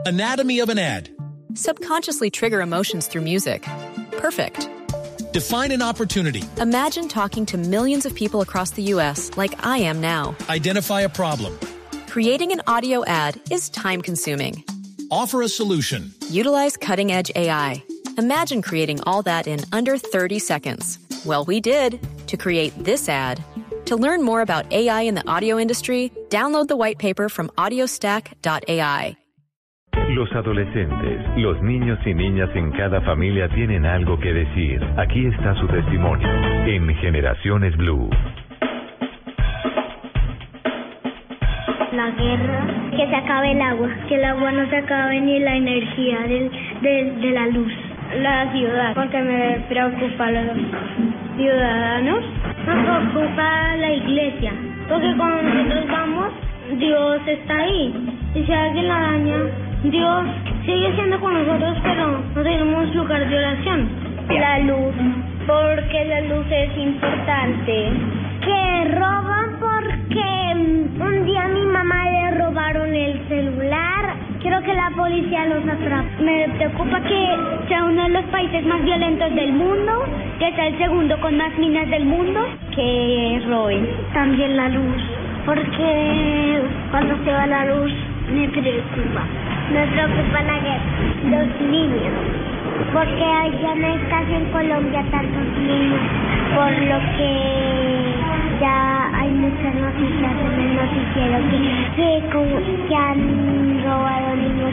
Anatomy of an ad. Subconsciously trigger emotions through music. Perfect. Define an opportunity. Imagine talking to millions of people across the U.S. like I am now. Identify a problem. Creating an audio ad is time-consuming. Offer a solution. Utilize cutting-edge AI. Imagine creating all that in under 30 seconds. Well, we did to create this ad. To learn more about AI in the audio industry, download the white paper from audiostack.ai. Los adolescentes, los niños y niñas en cada familia tienen algo que decir. Aquí está su testimonio en Generaciones Blue. La guerra, que se acabe que el agua no se acabe ni la energía de la luz. La ciudad, porque me preocupa los ciudadanos. Me preocupa la iglesia, porque cuando nosotros vamos, Dios está ahí. Y si alguien la daña, Dios sigue siendo con nosotros, pero no tenemos lugar de oración. La luz, porque la luz es importante. Que roban porque un día a mi mamá le robaron el celular. Quiero que la policía los atrape. Me preocupa que sea uno de los países más violentos del mundo, que sea el segundo con más minas del mundo. Que roben. También la luz, porque cuando se va la luz me preocupa. Me preocupa la guerra, los niños, porque allá no hay casi en Colombia tantos niños, por lo que ya hay muchas noticias en el noticiero que han robado niños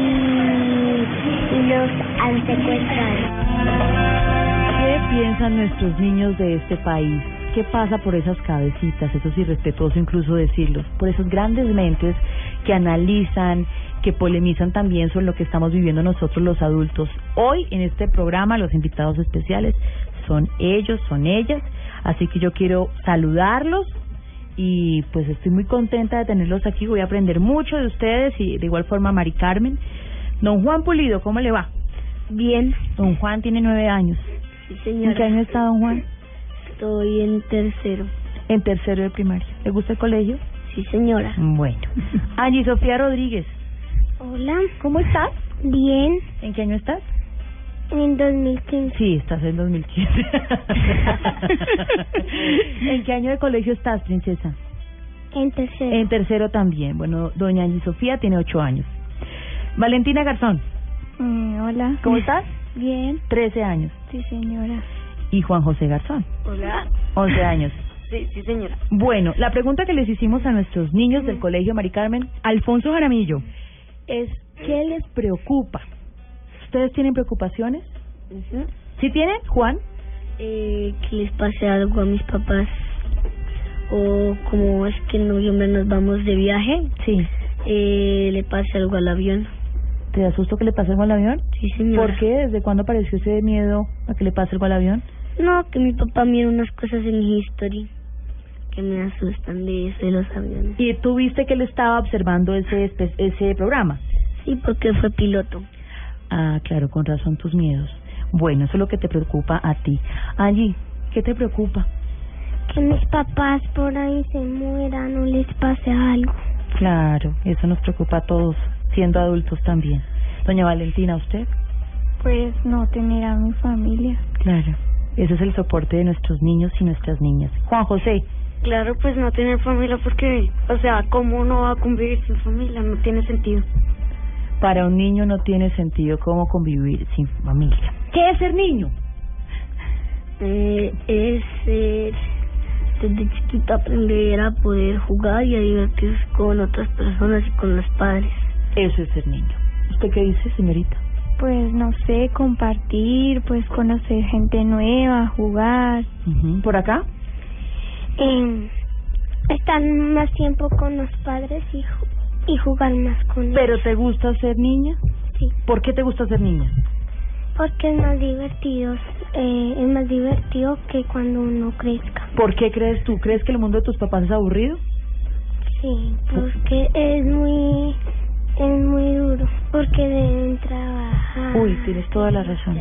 y los han secuestrado. ¿Qué piensan nuestros niños de este país? ¿Qué pasa por esas cabecitas? Eso es irrespetuoso incluso decirlo. Por esas grandes mentes que analizan, que polemizan también sobre lo que estamos viviendo nosotros los adultos. Hoy en este programa los invitados especiales son ellos, son ellas. Así que yo quiero saludarlos y pues estoy muy contenta de tenerlos aquí. Voy a aprender mucho de ustedes y de igual forma Mari Carmen. Don Juan Pulido, ¿cómo le va? Bien. Don Juan tiene 9 años. Sí, señora. ¿En qué año está don Juan? Estoy en tercero. En tercero de primaria. ¿Le gusta el colegio? Sí, señora. Bueno. Angie Sofía Rodríguez. Hola. ¿Cómo estás? Bien. ¿En qué año estás? En 2015. Sí, estás en 2015. ¿En qué año de colegio estás, princesa? En tercero. En tercero también. Bueno, doña Angie Sofía tiene 8 años. Valentina Garzón. Hola. ¿Cómo estás? Bien. 13 años. Sí, señora. Y Juan José Garzón. Hola. 11 años. Sí, señora. Bueno, la pregunta que les hicimos a nuestros niños del colegio Mari Carmen, Alfonso Jaramillo, es ¿qué les preocupa? ¿Ustedes tienen preocupaciones? ¿Sí tienen, Juan? Que les pase algo a mis papás. O como es que en noviembre nos vamos de viaje. Sí. Le pase algo al avión. ¿Te da susto que le pase algo al avión? Sí, señora. ¿Por qué? ¿Desde cuándo apareció ese miedo a que le pase algo al avión? No, que mi papá mira unas cosas en History que me asustan de eso, de los aviones. ¿Y tú viste que él estaba observando ese programa? Sí, porque fue piloto. Ah, claro, con razón tus miedos. Bueno, eso es lo que te preocupa a ti. Angie, ¿qué te preocupa? Que mis papás por ahí se mueran o les pase algo. Claro, eso nos preocupa a todos, siendo adultos también. Doña Valentina, ¿usted? Pues no tener a mi familia. Claro, ese es el soporte de nuestros niños y nuestras niñas. Juan José. Claro, pues no tener familia porque, o sea, ¿cómo no va a convivir sin familia? No tiene sentido. Para un niño no tiene sentido cómo convivir sin familia. ¿Qué es ser niño? Es desde chiquito aprender a poder jugar y a divertirse con otras personas y con los padres. Eso es ser niño. ¿Usted qué dice, señorita? Pues no sé, compartir, pues conocer gente nueva, jugar. ¿Por acá? Estar más tiempo con los padres y jugar más con ellos. ¿Pero te gusta ser niña? Sí. ¿Por qué te gusta ser niña? Porque es más divertido que cuando uno crezca. ¿Por qué crees tú? ¿Crees que el mundo de tus papás es aburrido? Sí, porque es muy duro, porque deben trabajar. Uy, tienes toda la razón.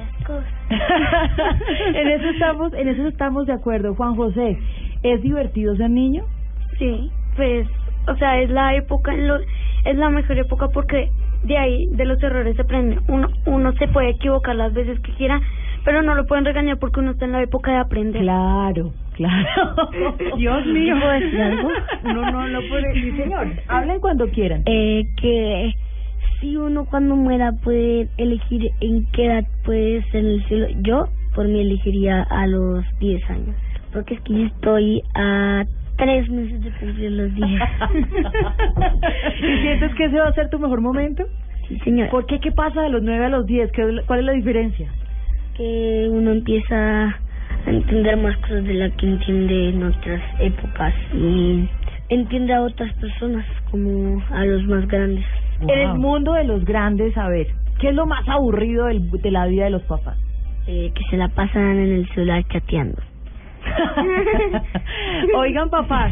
En eso estamos de acuerdo. Juan José, ¿es divertido ser niño? Sí, pues, o sea, es la época, es la mejor época porque de ahí, de los errores se aprende. Uno se puede equivocar las veces que quiera, pero no lo pueden regañar porque uno está en la época de aprender. Claro. Dios mío. ¿Puedo decir algo? Uno no lo puede decir, señor. Hablen cuando quieran. Que si uno cuando muera puede elegir en qué edad puede ser en el cielo, yo por mí elegiría a los 10 años, porque es que yo estoy a 3 meses de cumplir los 10. ¿Y sientes que ese va a ser tu mejor momento? Sí, señora. ¿Por qué? ¿Qué pasa de los 9 a los 10? ¿Cuál es la diferencia? Que uno empieza a entender más cosas de las que entiende en otras épocas y entiende a otras personas como a los más grandes. Wow. En el mundo de los grandes, a ver, ¿qué es lo más aburrido de la vida de los papás? Que se la pasan en el celular chateando. Oigan, papás,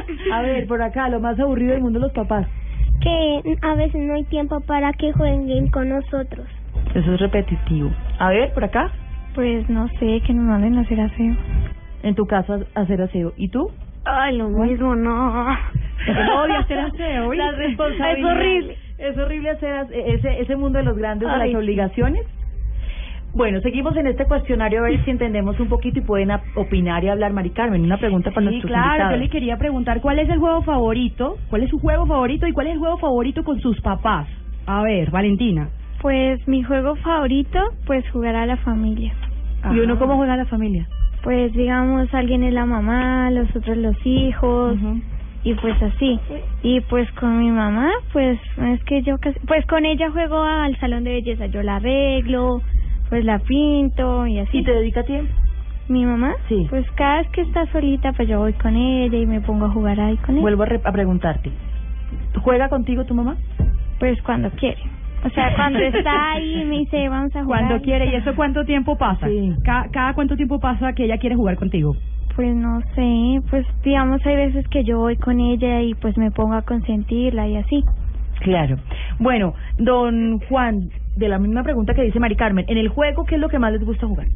a ver, por acá, lo más aburrido del mundo de los papás. Que a veces no hay tiempo para que jueguen con nosotros. Eso es repetitivo. A ver, por acá. Pues no sé, que nos manden a hacer aseo. En tu casa hacer aseo. ¿Y tú? Ay, lo mismo, no. Odio hacer aseo. La responsabilidad. Es horrible. Es horrible hacer ese mundo de los grandes, de las obligaciones. Bueno, seguimos en este cuestionario a ver si entendemos un poquito y pueden opinar y hablar. Mari Carmen, una pregunta para nuestros invitados. Claro, yo le quería preguntar cuál es el juego favorito, cuál es su juego favorito y cuál es el juego favorito con sus papás. A ver, Valentina. Pues mi juego favorito, pues jugar a la familia. Ajá. ¿Y uno cómo juega a la familia? Pues digamos, alguien es la mamá, los otros los hijos, y pues así. Y pues con mi mamá, pues es que yo casi, pues con ella juego al salón de belleza, yo la arreglo, pues la pinto y así. ¿Y te dedica tiempo? ¿Mi mamá? Sí. Pues cada vez que está solita, pues yo voy con ella y me pongo a jugar ahí con ella. Vuelvo a preguntarte, ¿juega contigo tu mamá? Pues cuando quiere. O sea, cuando está ahí me dice, vamos a jugar. Cuando quiere, ¿y eso cuánto tiempo pasa? Sí. ¿Cada cuánto tiempo pasa que ella quiere jugar contigo? Pues no sé, pues digamos hay veces que yo voy con ella y pues me pongo a consentirla y así. Claro. Bueno, don Juan, de la misma pregunta que dice Mari Carmen, en el juego, ¿qué es lo que más les gusta jugar?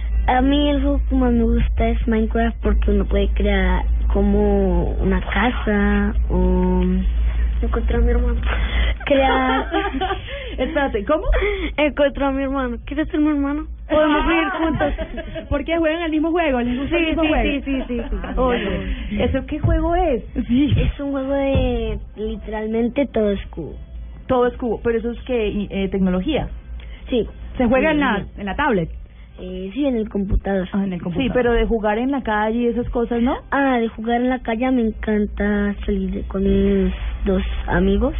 A mí el juego que más me gusta es Minecraft porque uno puede crear como una casa o... Encontré a mi hermano. Crear... Espérate, ¿cómo? Encontré a mi hermano. ¿Quieres ser mi hermano? Podemos vivir juntos. ¿Por qué juegan el mismo juego? ¿Les gusta el mismo juego? Sí. Oye, ¿eso qué juego es? Sí. Es un juego de literalmente todo es cubo. Todo es cubo, pero eso es que tecnología. Sí. ¿Se juega en la tablet? Sí, en el computador. Ah, en el computador. Sí, pero de jugar en la calle y esas cosas, ¿no? De jugar en la calle me encanta salir con mis 2 amigos.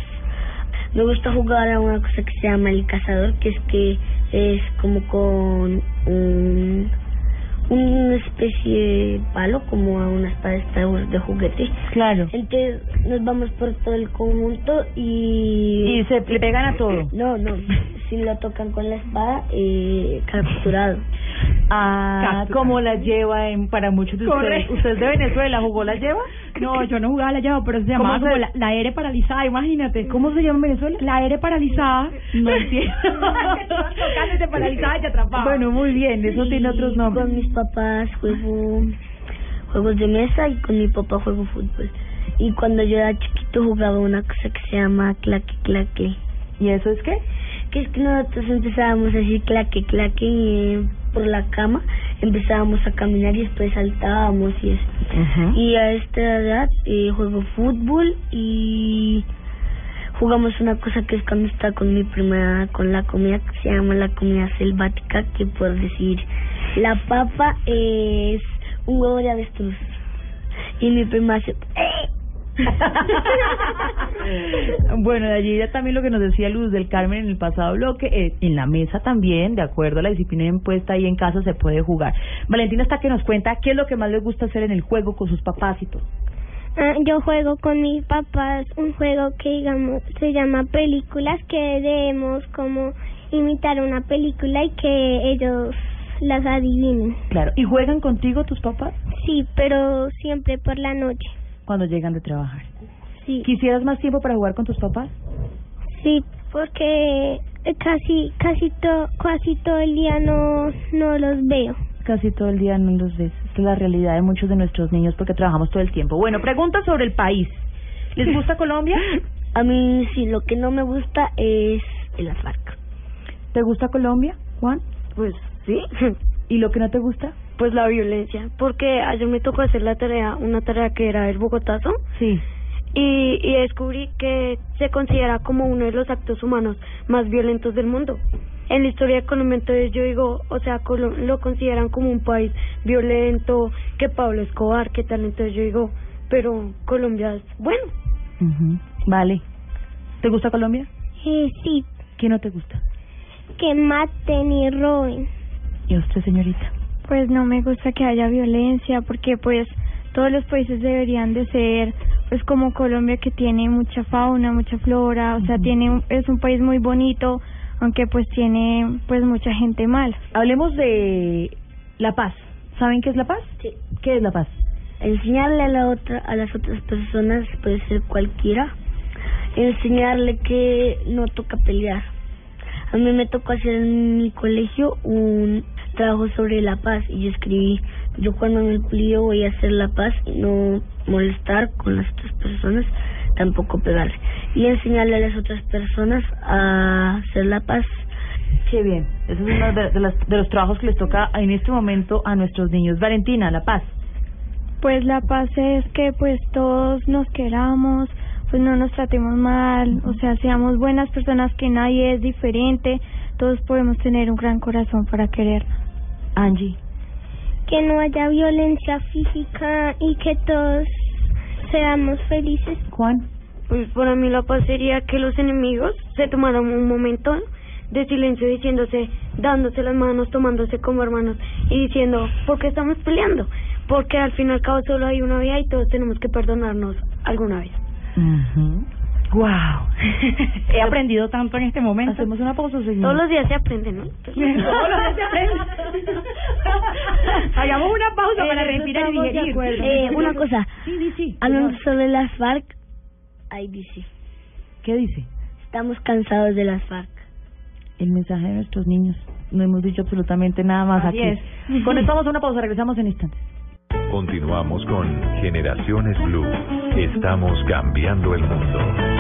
Me gusta jugar a una cosa que se llama el cazador, que es como con una especie de palo, como a una espada de Star Wars de juguete. Claro. Entonces nos vamos por todo el conjunto y le pegan a todo. No, si lo tocan con la espada, capturado. ¿Cómo la lleva para muchos de ustedes? ¿Usted es de Venezuela? ¿Jugó la lleva? No, yo no jugaba la lleva, pero se llamaba como la R paralizada, imagínate. ¿Cómo se llama en Venezuela? La R paralizada. No entiendo. Tocándote paralizada y te atrapaba. Bueno, muy bien, eso tiene otros nombres. Con mis papás juego juegos de mesa y con mi papá juego fútbol. Y cuando yo era chiquito jugaba una cosa que se llama claque claque. ¿Y eso es qué? Que es que nosotros empezábamos a decir claque claque y por la cama empezábamos a caminar y después saltábamos y eso. Y a esta edad juego fútbol y jugamos una cosa que es cuando está con mi prima con la comida que se llama la comida selvática, que por decir la papa es un huevo de avestruz y mi prima hace Bueno, de allí ya también lo que nos decía Luz del Carmen en el pasado bloque, en la mesa también, de acuerdo a la disciplina impuesta ahí en casa, se puede jugar. Valentina está que nos cuenta qué es lo que más les gusta hacer en el juego con sus papás y todo. Yo juego con mis papás un juego que digamos se llama películas, que debemos como imitar una película y que ellos las adivinen. Claro, ¿y juegan contigo tus papás? Sí, pero siempre por la noche. Cuando llegan de trabajar. Sí. ¿Quisieras más tiempo para jugar con tus papás? Sí, porque casi todo el día no los veo. Casi todo el día no los ves. Esta es la realidad de muchos de nuestros niños porque trabajamos todo el tiempo. Bueno, pregunta sobre el país. ¿Les gusta Colombia? A mí sí, lo que no me gusta es las FARC. ¿Te gusta Colombia, Juan? Pues sí. ¿Y lo que no te gusta? Pues la violencia, porque ayer me tocó hacer una tarea que era el Bogotazo. Sí. Y descubrí que se considera como uno de los actos humanos más violentos del mundo. En la historia de Colombia, entonces yo digo, o sea, lo consideran como un país violento, que Pablo Escobar, ¿qué tal? Entonces yo digo, pero Colombia es bueno. Vale. ¿Te gusta Colombia? Sí, ¿Qué no te gusta? que maten y roben. ¿Y usted, señorita? Pues no me gusta que haya violencia, porque pues todos los países deberían de ser pues como Colombia, que tiene mucha fauna, mucha flora, o sea, es un país muy bonito, aunque pues tiene pues mucha gente mala. Hablemos de la paz. ¿Saben qué es la paz? Sí. ¿Qué es la paz? Enseñarle a las otras personas, puede ser cualquiera, enseñarle que no toca pelear. A mí me tocó hacer en mi colegio un trabajo sobre la paz y yo escribí, yo cuando me polío voy a hacer la paz y no molestar con las otras personas, tampoco pegarle. Y enseñarle a las otras personas a hacer la paz. Qué bien. Eso es uno de los trabajos que les toca en este momento a nuestros niños. Valentina, la paz. Pues la paz es que pues todos nos queramos, pues no nos tratemos mal, o sea, seamos buenas personas, que nadie es diferente, todos podemos tener un gran corazón para querernos. Angie. Que no haya violencia física y que todos seamos felices. Juan. Pues para mí la paz sería que los enemigos se tomaran un momento de silencio, dándose las manos, tomándose como hermanos y diciendo, ¿por qué estamos peleando? Porque al fin y al cabo solo hay una vida y todos tenemos que perdonarnos alguna vez. Wow. He aprendido tanto en este momento. Hacemos una pausa, señor. Todos los días se aprende, ¿no? Todos los días se aprende. Hagamos una pausa para respirar y digerir. Una cosa. Sí. Hablando sobre las FARC, ahí dice. ¿Qué dice? Estamos cansados de las FARC. El mensaje de nuestros niños. No hemos dicho absolutamente nada más Así aquí. es. Con esto vamos a una pausa, regresamos en instantes. Continuamos con Generaciones Blue. Estamos cambiando el mundo.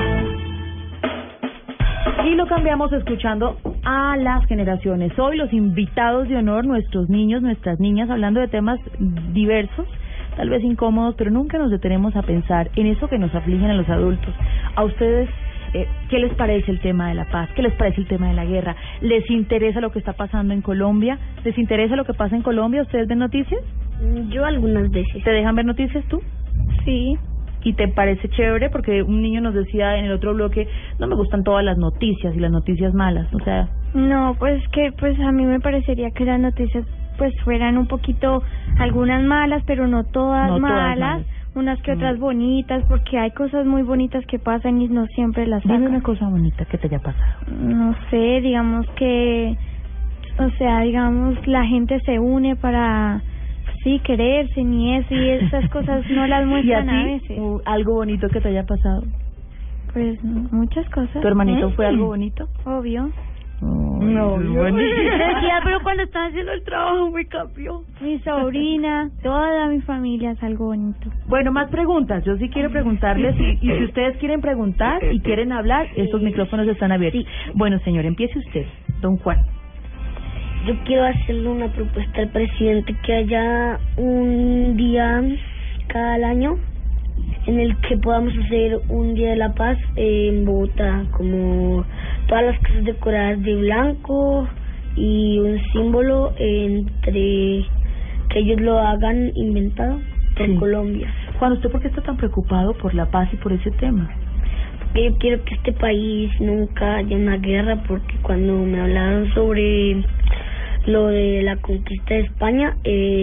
Y lo cambiamos escuchando a las generaciones. Hoy los invitados de honor, nuestros niños, nuestras niñas, hablando de temas diversos, tal vez incómodos, pero nunca nos detenemos a pensar en eso que nos afligen a los adultos. A ustedes, ¿qué les parece el tema de la paz? ¿Qué les parece el tema de la guerra? ¿Les interesa lo que está pasando en Colombia? ¿Les interesa lo que pasa en Colombia? ¿Ustedes ven noticias? Yo algunas veces. ¿Te dejan ver noticias tú? Sí. ¿Y te parece chévere? Porque un niño nos decía en el otro bloque, no me gustan todas las noticias y las noticias malas, o sea... No, pues que pues a mí me parecería que las noticias pues fueran un poquito, algunas malas, pero no todas malas, unas que otras bonitas, porque hay cosas muy bonitas que pasan y no siempre las sacan. Dime una cosa bonita que te haya pasado. No sé, digamos que, o sea, digamos, la gente se une para... Sí, quererse ni eso, y esas cosas no las muestran a veces. ¿Algo bonito que te haya pasado? Pues muchas cosas. ¿Tu hermanito fue algo bonito? Obvio. No, Decía, pero cuando estaba haciendo el trabajo me cambió. Mi sobrina, toda mi familia es algo bonito. Bueno, más preguntas. Yo sí quiero preguntarles y si ustedes quieren preguntar y quieren hablar, estos micrófonos están abiertos. Sí. Bueno, señor, empiece usted, don Juan. Yo quiero hacerle una propuesta al presidente, que haya un día cada año en el que podamos hacer un día de la paz en Bogotá, como todas las casas decoradas de blanco y un símbolo entre que ellos lo hagan inventado por Colombia. Juan, ¿usted por qué está tan preocupado por la paz y por ese tema? Porque yo quiero que este país nunca haya una guerra, porque cuando me hablaron sobre lo de la conquista de España,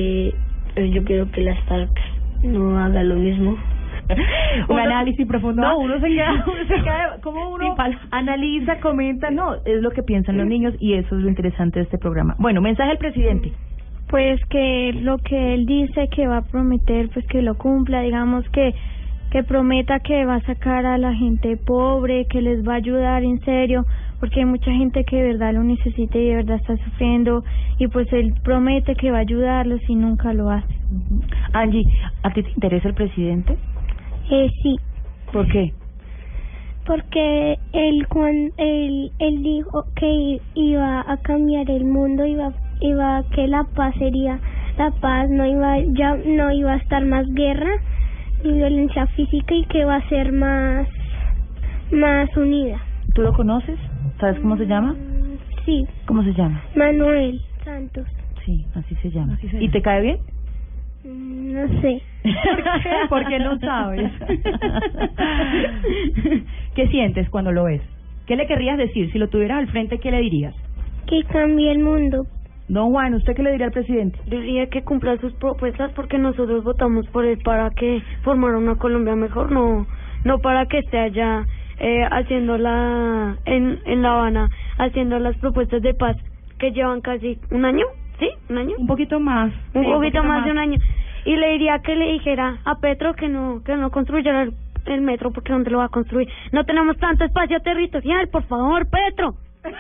yo quiero que las FARC no haga lo mismo. Un análisis profundo. No, uno se queda como uno analiza, comenta, no, es lo que piensan los niños y eso es lo interesante de este programa. Bueno, mensaje al presidente. Pues que lo que él dice que va a prometer, pues que lo cumpla, digamos que prometa que va a sacar a la gente pobre, que les va a ayudar en serio, porque hay mucha gente que de verdad lo necesita y de verdad está sufriendo, y pues él promete que va a ayudarlos y nunca lo hace. Angie, ¿a ti te interesa el presidente? Sí. ¿Por qué? porque él dijo que iba a cambiar el mundo, iba que la paz sería la paz, no iba a estar más guerra ni violencia física y que va a ser más unida. ¿Tú lo conoces? ¿Sabes cómo se llama? Sí. ¿Cómo se llama? Manuel Santos. Sí, así se llama. ¿Y te cae bien? No sé. ¿Por qué? Porque no sabes. ¿Qué sientes cuando lo ves? ¿Qué le querrías decir? Si lo tuvieras al frente, ¿qué le dirías? Que cambie el mundo. Don Juan, ¿usted qué le diría al presidente? Diría que cumpla sus propuestas porque nosotros votamos por él para que formara una Colombia mejor, no para que esté allá haciendo en La Habana, haciendo las propuestas de paz que llevan casi un año, ¿sí? ¿Un año? Un poquito más. Un poquito más de un año. Y le diría que le dijera a Petro que no construyera el metro porque ¿dónde lo va a construir? No tenemos tanto espacio territorial, por favor, Petro.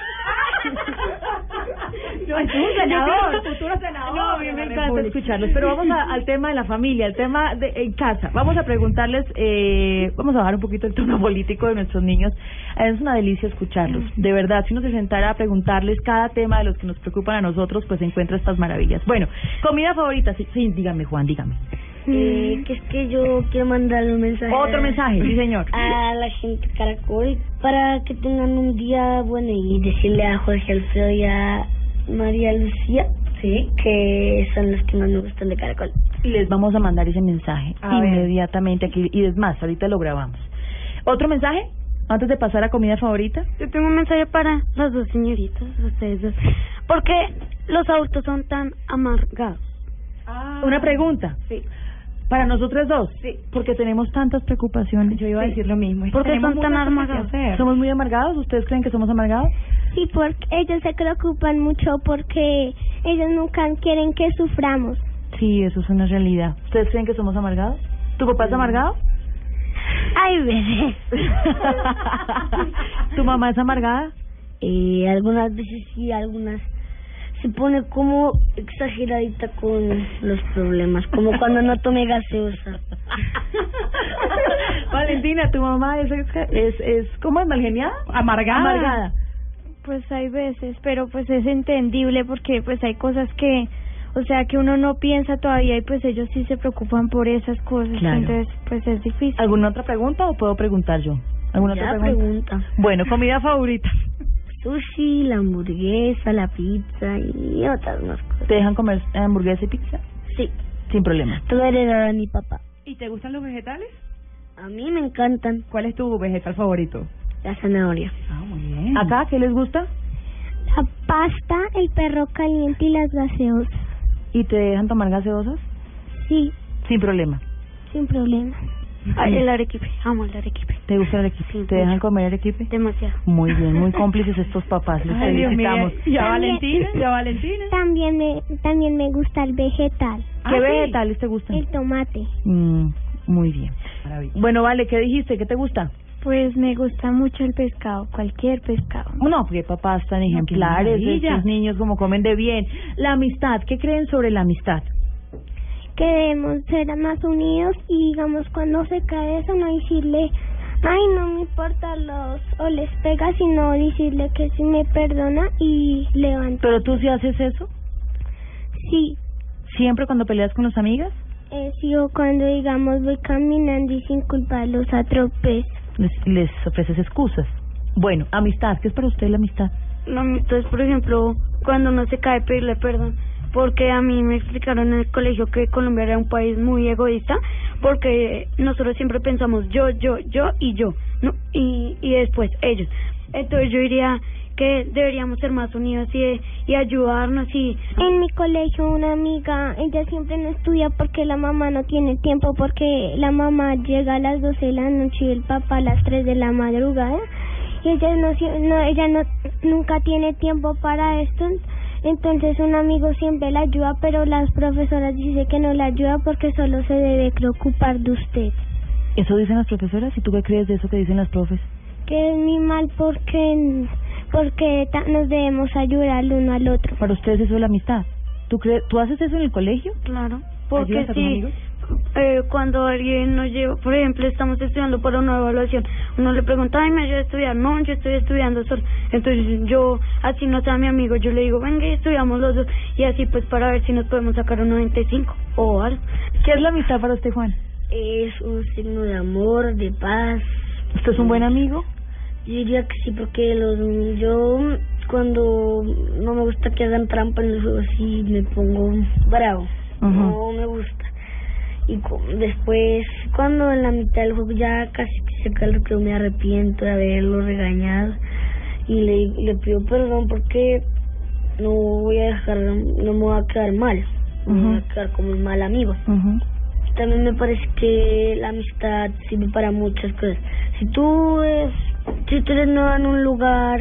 No, es un senador, futuro senador. No, a mí me encanta escucharlos, pero vamos al tema de la familia, al tema de en casa. Vamos a preguntarles, vamos a bajar un poquito el tono político de nuestros niños. Es una delicia escucharlos, de verdad. Si uno se sentara a preguntarles cada tema de los que nos preocupan a nosotros, pues encuentra estas maravillas. Bueno, comida favorita, sí, dígame, Juan, dígame. Que es que yo quiero mandarle un mensaje. Otro mensaje, sí señor. A la gente de Caracol para que tengan un día bueno y decirle a Jorge Alfredo y a María Lucía, sí, que son los que más me gustan de Caracol. Les vamos a mandar ese mensaje inmediatamente aquí, y es más, ahorita lo grabamos. ¿Otro mensaje? Antes de pasar a comida favorita. Yo tengo un mensaje para las dos señoritas, ustedes dos. ¿Por qué los adultos son tan amargados? Una pregunta. Sí. Para nosotros dos. Sí. Porque tenemos tantas preocupaciones. Yo iba a decir lo mismo. ¿Por qué son tan amargados? ¿Somos muy amargados? ¿Ustedes creen que somos amargados? Sí, porque ellos se preocupan mucho porque ellos nunca quieren que suframos. Sí, eso es una realidad. ¿Ustedes creen que somos amargados? ¿Tu papá es amargado? Ay, bebé. ¿Tu mamá es amargada? Algunas veces sí, algunas se pone como exageradita con los problemas, como cuando no tome gaseosa. Valentina, ¿tu mamá es ¿cómo es, malgeniada? Amargada. Pues hay veces, pero pues es entendible porque pues hay cosas que, o sea, que uno no piensa todavía y pues ellos sí se preocupan por esas cosas, claro. Entonces pues es difícil. ¿Alguna otra pregunta o puedo preguntar yo? ¿Alguna otra pregunta? Bueno, comida favorita. Sushi, la hamburguesa, la pizza y otras más cosas. ¿Te dejan comer hamburguesa y pizza? Sí. Sin problema. Todo heredado de mi papá. ¿Y te gustan los vegetales? A mí me encantan. ¿Cuál es tu vegetal favorito? La zanahoria. Ah, muy bien. ¿Acá qué les gusta? La pasta, el perro caliente y las gaseosas. ¿Y te dejan tomar gaseosas? Sí, Sin problema. sin problema. Ay, el arequipe, amo el arequipe. ¿Te gusta el arequipe? Sí, ¿Te dejan comer arequipe? Demasiado. Muy bien, muy cómplices estos papás. Les Ay, Dios mío. felicitamos. ¿Ya También- Valentina? También me gusta el vegetal, ¿Qué sí. vegetales te gustan? el tomate. Muy bien. Maravilla. Bueno, vale, ¿qué dijiste? ¿Qué te gusta? Pues me gusta mucho el pescado, cualquier pescado. No, porque papás tan ejemplares, maravilla. estos niños como comen de bien. La amistad, ¿qué creen sobre la amistad? Que debemos ser más unidos y digamos cuando se cae eso no decirle ay no me importa o les pega, sino decirle que sí me perdona y levanta. ¿Pero tú sí haces eso? Sí, ¿Siempre cuando peleas con las amigas? sí, o cuando digamos voy caminando y sin culpa los atropello. Les ofreces excusas. Bueno, amistad, ¿qué es para usted la amistad? No, entonces, por ejemplo, cuando uno se cae, pedirle perdón. Porque a mí me explicaron en el colegio que Colombia era un país muy egoísta, porque nosotros siempre pensamos yo y yo, ¿no? Y después ellos. Entonces yo diría que deberíamos ser más unidos y ayudarnos y... En mi colegio una amiga, ella siempre no estudia porque la mamá no tiene tiempo, porque la mamá llega a las 12 de la noche y el papá a las 3 de la madrugada y ella nunca tiene tiempo para esto. Entonces un amigo siempre la ayuda, pero las profesoras dicen que no la ayuda porque solo se debe preocupar de usted. ¿Eso dicen las profesoras? ¿Y tú qué crees de eso que dicen las profes? Que es muy mal porque nos debemos ayudar el uno al otro. Para ustedes eso es la amistad. ¿Tú haces eso en el colegio? Claro, porque ¿Ayudas a tus sí, amigos? cuando alguien nos lleva, por ejemplo, estamos estudiando para una evaluación, uno le pregunta, ay, ¿me ayuda a estudiar? No, yo estoy estudiando solo. Entonces yo, así no sea mi amigo, yo le digo, venga y estudiamos los dos, y así pues para ver si nos podemos sacar un 95 o algo. ¿Qué es la amistad para usted, Juan? Es un signo de amor, de paz. ¿Usted es un buen amigo? Yo diría que sí, porque yo cuando no me gusta que hagan trampa en el juego, sí me pongo bravo. No me gusta. Y después, cuando en la mitad del juego ya casi que se cae, que me arrepiento de haberlo regañado y le pido perdón, porque no me voy a quedar mal, no me voy a quedar como un mal amigo. También me parece que la amistad sirve para muchas cosas. Si tú eres nuevo en un lugar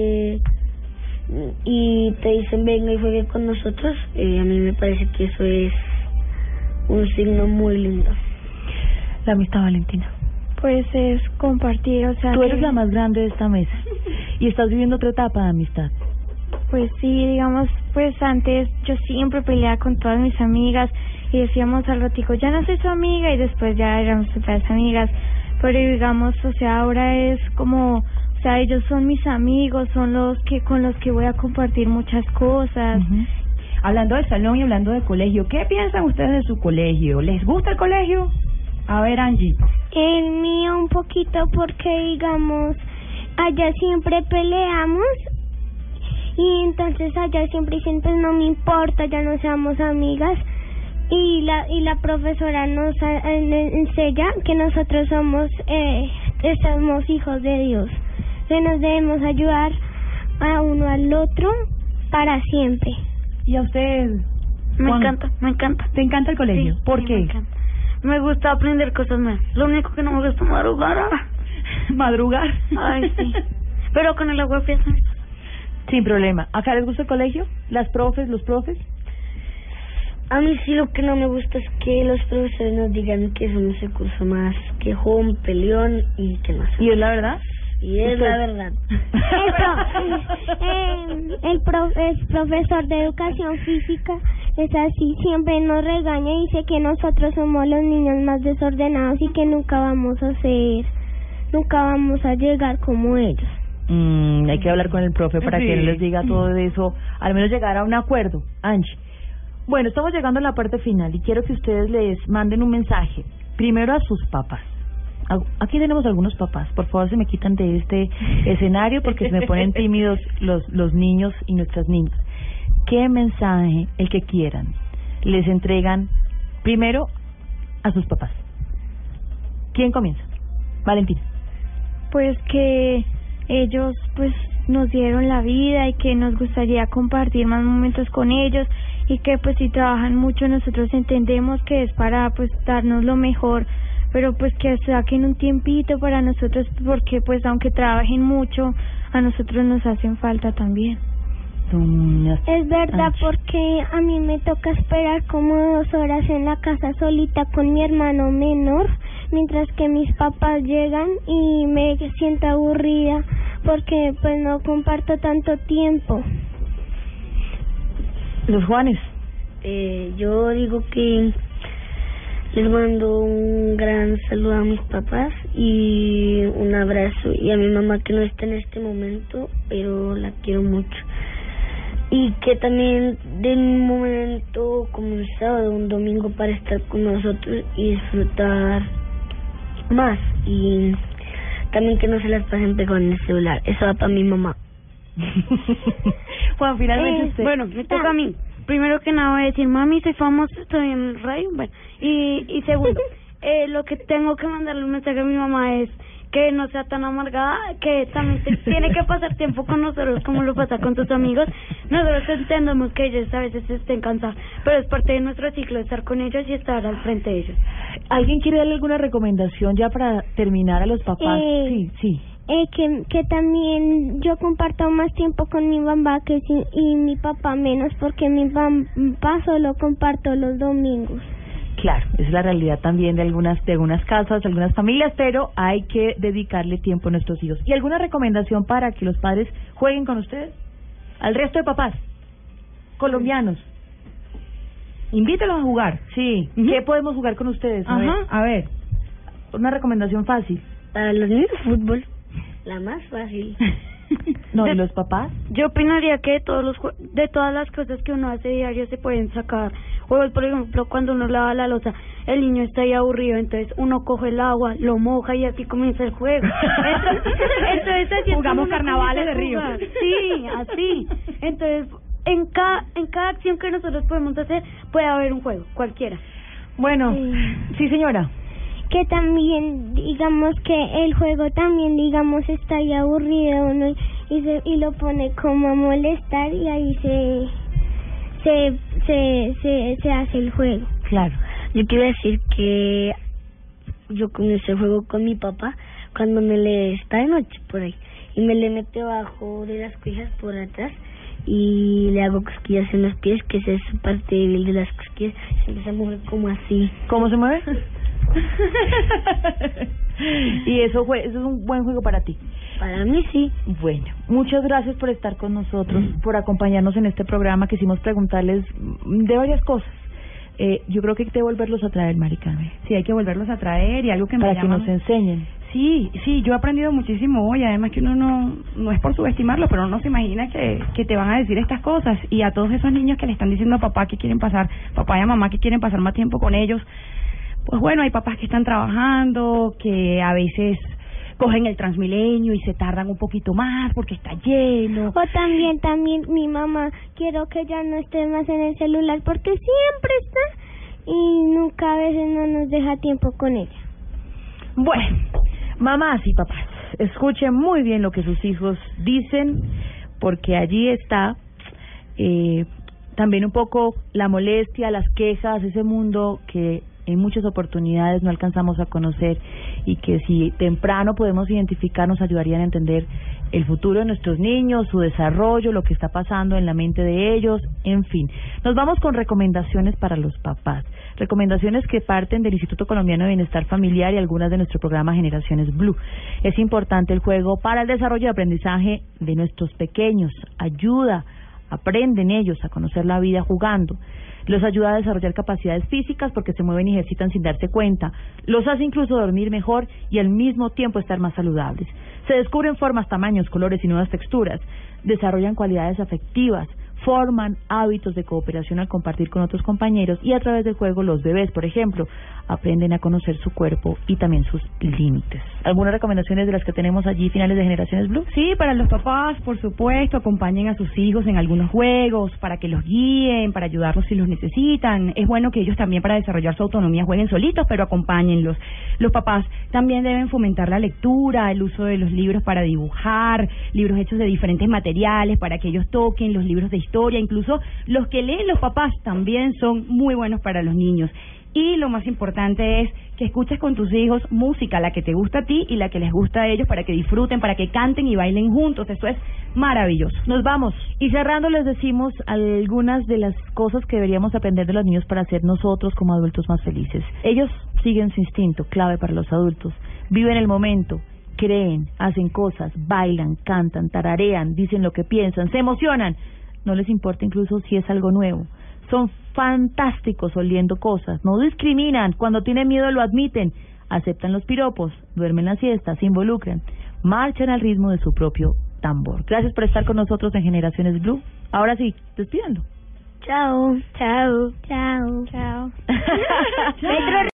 y te dicen venga y juegue con nosotros, a mí me parece que eso es un signo muy lindo. La amistad, Valentina. Pues es compartir, o sea... Tú eres la más grande de esta mesa y estás viviendo otra etapa de amistad. Pues sí, digamos, pues antes yo siempre peleaba con todas mis amigas y decíamos al ratico, ya no soy su amiga, y después ya éramos otras amigas. Pero digamos, o sea, ahora es como, o sea, ellos son mis amigos, son los que con los que voy a compartir muchas cosas. Hablando de salón y hablando de colegio, ¿qué piensan ustedes de su colegio? ¿Les gusta el colegio? A ver, Angie. El mío un poquito, porque digamos, allá siempre peleamos y entonces allá siempre dicen, pues no me importa, ya no seamos amigas. Y la profesora nos enseña que nosotros somos hijos de Dios, que nos debemos ayudar a uno al otro para siempre. ¿Y a usted? Me encanta. ¿Te encanta el colegio? Sí, ¿Por sí, qué? Me gusta aprender cosas nuevas. Lo único que no me gusta es madrugar. ¿Madrugar? Ay, sí. Pero con el agua fría. Sin problema. ¿Acá les gusta el colegio? ¿Las profes, los profes? A mí sí, lo que no me gusta es que los profesores nos digan que somos el curso más quejón, peleón y que no sé. ¿Y es la verdad? Y es la verdad. El profesor de educación física es así, siempre nos regaña y dice que nosotros somos los niños más desordenados y que nunca vamos a llegar como ellos. Hay que hablar con el profe para que él les diga todo eso, al menos llegar a un acuerdo. Angie. Bueno, estamos llegando a la parte final y quiero que ustedes les manden un mensaje, primero a sus papás. Aquí tenemos algunos papás, por favor se me quitan de este escenario porque se me ponen tímidos los niños y nuestras niñas. ¿Qué mensaje, el que quieran, les entregan primero a sus papás? ¿Quién comienza? Valentina. Pues que ellos pues nos dieron la vida y que nos gustaría compartir más momentos con ellos, y que pues si trabajan mucho nosotros entendemos que es para pues darnos lo mejor, pero pues que saquen un tiempito para nosotros, porque pues aunque trabajen mucho a nosotros nos hacen falta también. Es verdad, porque a mí me toca esperar como 2 horas en la casa solita con mi hermano menor, mientras que mis papás llegan, y me siento aburrida porque pues no comparto tanto tiempo. Los Juanes. Yo digo que les mando un gran saludo a mis papás y un abrazo, y a mi mamá, que no está en este momento, pero la quiero mucho. Y que también den un momento como un sábado, un domingo, para estar con nosotros y disfrutar más. Y también que no se las pasen pegados en el celular. Eso va para mi mamá. Juan, finalmente usted. Bueno, me toca a mí. Primero que nada voy a decir, mami, soy famoso, estoy en el radio. Bueno, y segundo, lo que tengo que mandarle un mensaje a mi mamá es que no sea tan amargada, que también tiene que pasar tiempo con nosotros como lo pasa con tus amigos. Nosotros entendemos que ellos a veces estén cansados, pero es parte de nuestro ciclo estar con ellos y estar al frente de ellos. ¿Alguien quiere darle alguna recomendación ya para terminar a los papás? Sí. Que también yo comparto más tiempo con mi mamá y mi papá menos, porque mi papá solo comparto los domingos. Claro, esa es la realidad también de algunas casas, de algunas familias, pero hay que dedicarle tiempo a nuestros hijos. ¿Y alguna recomendación para que los padres jueguen con ustedes? Al resto de papás colombianos. Invítelos a jugar. Sí. ¿Qué podemos jugar con ustedes? A ver. Una recomendación fácil. Para los niños, fútbol. La más fácil. No, ¿y los papás? Yo opinaría que de todas las cosas que uno hace diario se pueden sacar juegos. Por ejemplo, cuando uno lava la loza, el niño está ahí aburrido, entonces uno coge el agua, lo moja y así comienza el juego. Entonces así jugamos carnavales de río. Sí, así. Entonces, en cada acción que nosotros podemos hacer puede haber un juego, cualquiera. Bueno, sí señora. Que también, digamos que el juego también, digamos, está ahí aburrido uno y lo pone como a molestar y ahí se hace el juego. Claro. Yo quiero decir que yo comencé el juego con mi papá cuando me le está de noche por ahí y me le mete abajo de las cobijas por atrás y le hago cosquillas en los pies, que esa es su parte débil de las cosquillas, se empieza a mover como así. ¿Cómo se mueve? Y eso es un buen juego para ti. Para mí sí. Bueno, muchas gracias por estar con nosotros, por acompañarnos en este programa. Quisimos preguntarles de varias cosas. Yo creo que hay que volverlos a traer, Mari Carmen. Sí, hay que volverlos a traer y algo que me para que nos enseñen. Sí, yo he aprendido muchísimo hoy, además que uno no es por subestimarlo, pero uno se imagina que te van a decir estas cosas, y a todos esos niños que le están diciendo a papá que quieren pasar, papá y a mamá que quieren pasar más tiempo con ellos, pues bueno, hay papás que están trabajando, que a veces cogen el Transmilenio y se tardan un poquito más porque está lleno. O también mi mamá, quiero que ya no esté más en el celular porque siempre está y nunca, a veces no nos deja tiempo con ella. Bueno, mamás y papás, escuchen muy bien lo que sus hijos dicen, porque allí está también un poco la molestia, las quejas, ese mundo que en muchas oportunidades no alcanzamos a conocer y que si temprano podemos identificar nos ayudarían a entender el futuro de nuestros niños, su desarrollo, lo que está pasando en la mente de ellos, en fin. Nos vamos con recomendaciones para los papás, recomendaciones que parten del Instituto Colombiano de Bienestar Familiar y algunas de nuestro programa Generaciones Blue. Es importante el juego para el desarrollo y aprendizaje de nuestros pequeños, aprenden ellos a conocer la vida jugando. Los ayuda a desarrollar capacidades físicas porque se mueven y ejercitan sin darse cuenta. Los hace incluso dormir mejor y al mismo tiempo estar más saludables. Se descubren formas, tamaños, colores y nuevas texturas. Desarrollan cualidades afectivas. Forman hábitos de cooperación al compartir con otros compañeros y a través del juego los bebés, por ejemplo, aprenden a conocer su cuerpo y también sus límites. ¿Algunas recomendaciones de las que tenemos allí, finales de Generaciones Blue? Sí, para los papás, por supuesto, acompañen a sus hijos en algunos juegos para que los guíen, para ayudarlos si los necesitan. Es bueno que ellos también, para desarrollar su autonomía, jueguen solitos, pero acompáñenlos. Los papás también deben fomentar la lectura, el uso de los libros para dibujar, libros hechos de diferentes materiales para que ellos toquen, los libros de historia, incluso los que leen los papás también son muy buenos para los niños. Y lo más importante es que escuches con tus hijos música, la que te gusta a ti y la que les gusta a ellos, para que disfruten, para que canten y bailen juntos. Eso es maravilloso. Nos vamos. Y cerrando les decimos algunas de las cosas que deberíamos aprender de los niños para ser nosotros como adultos más felices. Ellos siguen su instinto, clave para los adultos. Viven el momento, creen, hacen cosas, bailan, cantan, tararean, dicen lo que piensan, se emocionan. No les importa incluso si es algo nuevo. Son fantásticos oliendo cosas, no discriminan, cuando tienen miedo lo admiten, aceptan los piropos, duermen la siesta, se involucran, marchan al ritmo de su propio tambor. Gracias por estar con nosotros en Generaciones Blue. Ahora sí, despidando. Chao. Chao. Chao. Chao.